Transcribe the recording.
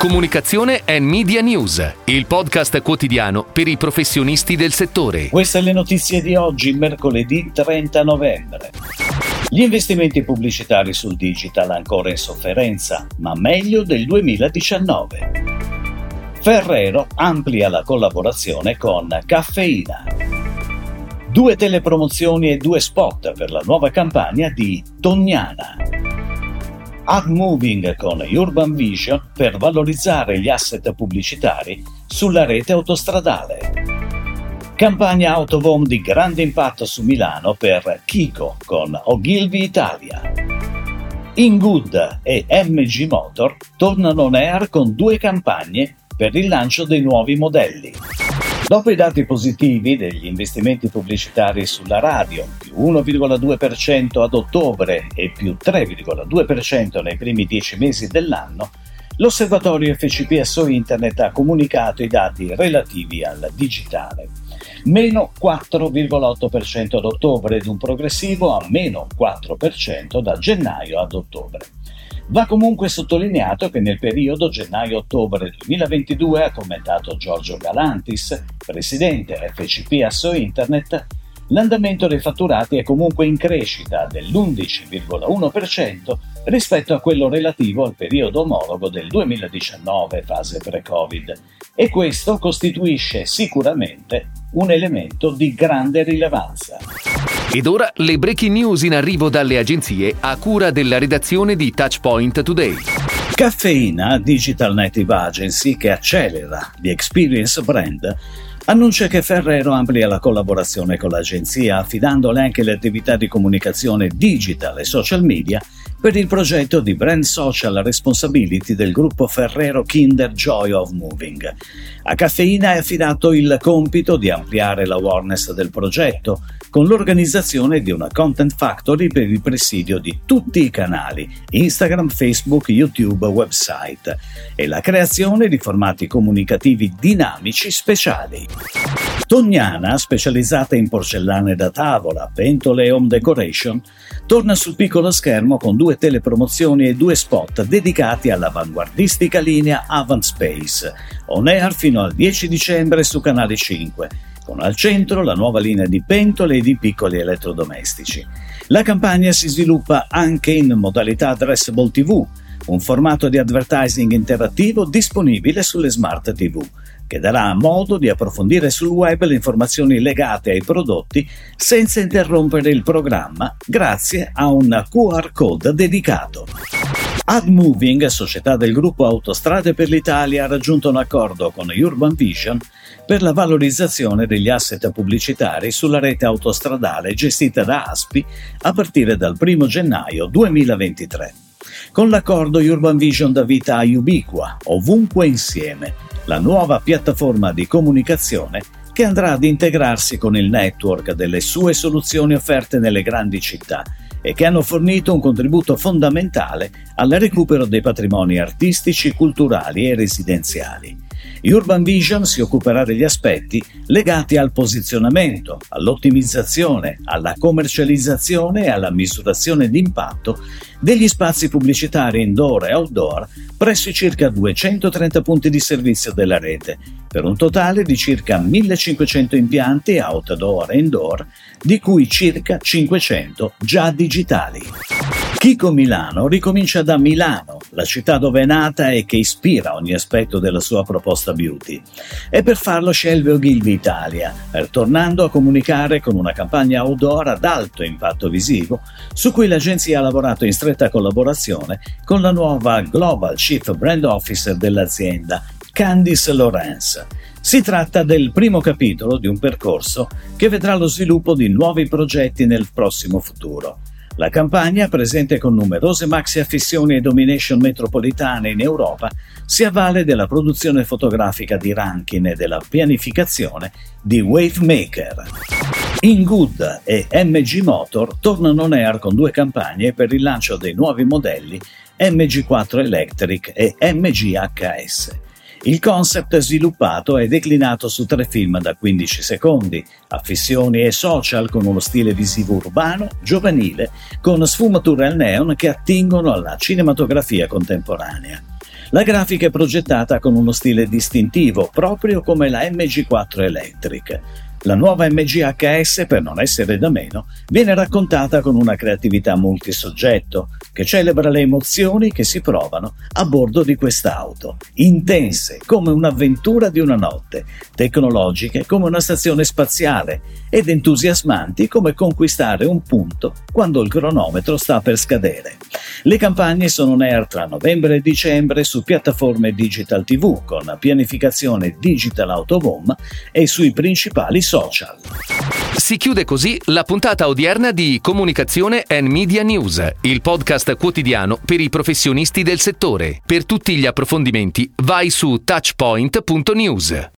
Comunicazione e Media News, il podcast quotidiano per i professionisti del settore. Queste le notizie di oggi, mercoledì 30 novembre. Gli investimenti pubblicitari sul digital ancora in sofferenza, ma meglio del 2019. Ferrero amplia la collaborazione con Caffeina. 2 telepromozioni e 2 spot per la nuova campagna di Tognana. Ad Moving con Urban Vision per valorizzare gli asset pubblicitari sulla rete autostradale. Campagna Autovom di grande impatto su Milano per Kiko con Ogilvy Italia. Ingood e MG Motor tornano on air con 2 campagne per il lancio dei nuovi modelli. Dopo i dati positivi degli investimenti pubblicitari sulla radio, più 1,2% ad ottobre e più 3,2% nei primi 10 mesi dell'anno, l'osservatorio FCPSO Internet ha comunicato i dati relativi al digitale. Meno 4,8% ad ottobre ed un progressivo a meno 4% da gennaio ad ottobre. Va comunque sottolineato che nel periodo gennaio-ottobre 2022, ha commentato Giorgio Galantis, presidente FCPSO Internet, l'andamento dei fatturati è comunque in crescita dell'11,1% rispetto a quello relativo al periodo omologo del 2019, fase pre-Covid, e questo costituisce sicuramente un elemento di grande rilevanza. Ed ora le breaking news in arrivo dalle agenzie a cura della redazione di Touchpoint Today. Caffeina, Digital Native Agency che accelera the experience brand, annuncia che Ferrero amplia la collaborazione con l'agenzia affidandole anche le attività di comunicazione digital e social media per il progetto di Brand Social Responsibility del gruppo Ferrero Kinder Joy of Moving. A Caffeina è affidato il compito di ampliare l'awareness del progetto con l'organizzazione di una Content Factory per il presidio di tutti i canali Instagram, Facebook, YouTube, website e la creazione di formati comunicativi dinamici speciali. Tognana, specializzata in porcellane da tavola, pentole e home decoration, torna sul piccolo schermo con 2 telepromozioni e 2 spot dedicati all'avanguardistica linea Avant Space, on air fino al 10 dicembre su Canale 5, con al centro la nuova linea di pentole e di piccoli elettrodomestici. La campagna si sviluppa anche in modalità Addressable TV, un formato di advertising interattivo disponibile sulle smart TV, che darà modo di approfondire sul web le informazioni legate ai prodotti senza interrompere il programma grazie a un QR code dedicato. Ad Moving, società del gruppo Autostrade per l'Italia, ha raggiunto un accordo con Urban Vision per la valorizzazione degli asset pubblicitari sulla rete autostradale gestita da ASPI a partire dal 1 gennaio 2023. Con l'accordo Urban Vision dà vita a Ubiqua, ovunque insieme, la nuova piattaforma di comunicazione che andrà ad integrarsi con il network delle sue soluzioni offerte nelle grandi città e che hanno fornito un contributo fondamentale al recupero dei patrimoni artistici, culturali e residenziali. Urban Vision si occuperà degli aspetti legati al posizionamento, all'ottimizzazione, alla commercializzazione e alla misurazione d'impatto degli spazi pubblicitari indoor e outdoor presso i circa 230 punti di servizio della rete, per un totale di circa 1500 impianti outdoor e indoor, di cui circa 500 già digitali. Kiko Milano ricomincia da Milano, la città dove è nata e che ispira ogni aspetto della sua proposta beauty. E per farlo scelse Ogilvy Italia, tornando a comunicare con una campagna outdoor ad alto impatto visivo, su cui l'agenzia ha lavorato in stretta collaborazione con la nuova Global Chief Brand Officer dell'azienda, Candice Lawrence. Si tratta del primo capitolo di un percorso che vedrà lo sviluppo di nuovi progetti nel prossimo futuro. La campagna, presente con numerose maxi affissioni e domination metropolitane in Europa, si avvale della produzione fotografica di Rankin e della pianificazione di Wavemaker. Ingood e MG Motor tornano on air con 2 campagne per il lancio dei nuovi modelli MG4 Electric e MG HS. Il concept sviluppato è declinato su 3 film da 15 secondi, affissioni e social con uno stile visivo urbano, giovanile, con sfumature al neon che attingono alla cinematografia contemporanea. La grafica è progettata con uno stile distintivo, proprio come la MG4 Electric. La nuova MG HS, per non essere da meno, viene raccontata con una creatività multisoggetto che celebra le emozioni che si provano a bordo di quest'auto, intense come un'avventura di una notte, tecnologiche come una stazione spaziale ed entusiasmanti come conquistare un punto quando il cronometro sta per scadere. Le campagne sono on air tra novembre e dicembre su piattaforme Digital TV con pianificazione Digital Out of Home e sui principali social. Si chiude così la puntata odierna di Comunicazione and Media News, il podcast quotidiano per i professionisti del settore. Per tutti gli approfondimenti vai su touchpoint.news.